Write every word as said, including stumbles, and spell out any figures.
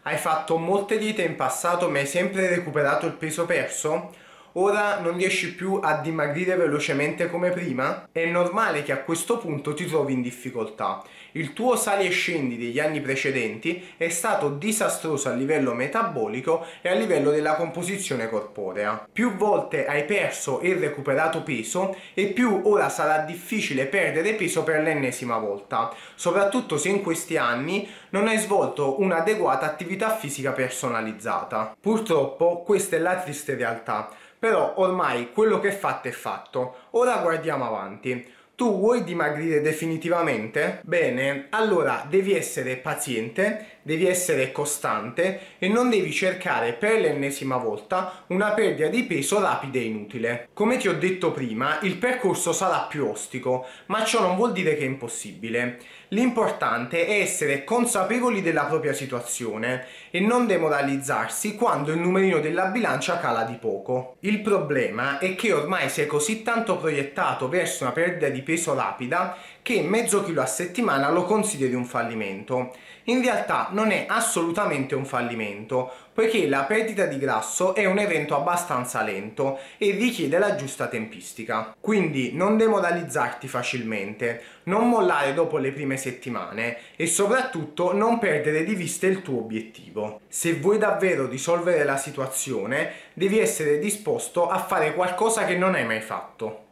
Hai fatto molte diete in passato ma hai sempre recuperato il peso perso? Ora non riesci più a dimagrire velocemente come prima? È normale che a questo punto ti trovi in difficoltà. Il tuo sali e scendi degli anni precedenti è stato disastroso a livello metabolico e a livello della composizione corporea. Più volte hai perso e recuperato peso e più ora sarà difficile perdere peso per l'ennesima volta, soprattutto se in questi anni non hai svolto un'adeguata attività fisica personalizzata. Purtroppo questa è la triste realtà. Però ormai quello che è fatto è fatto, ora guardiamo avanti. Tu vuoi dimagrire definitivamente? Bene, allora devi essere paziente, devi essere costante e non devi cercare per l'ennesima volta una perdita di peso rapida e inutile. Come ti ho detto prima, il percorso sarà più ostico, ma ciò non vuol dire che è impossibile. L'importante è essere consapevoli della propria situazione e non demoralizzarsi quando il numerino della bilancia cala di poco. Il problema è che ormai sei così tanto proiettato verso una perdita di peso rapida che mezzo chilo a settimana lo consideri un fallimento. In realtà non è assolutamente un fallimento, poiché la perdita di grasso è un evento abbastanza lento e richiede la giusta tempistica. Quindi non demoralizzarti facilmente, non mollare dopo le prime settimane e soprattutto non perdere di vista il tuo obiettivo. Se vuoi davvero risolvere la situazione, devi essere disposto a fare qualcosa che non hai mai fatto.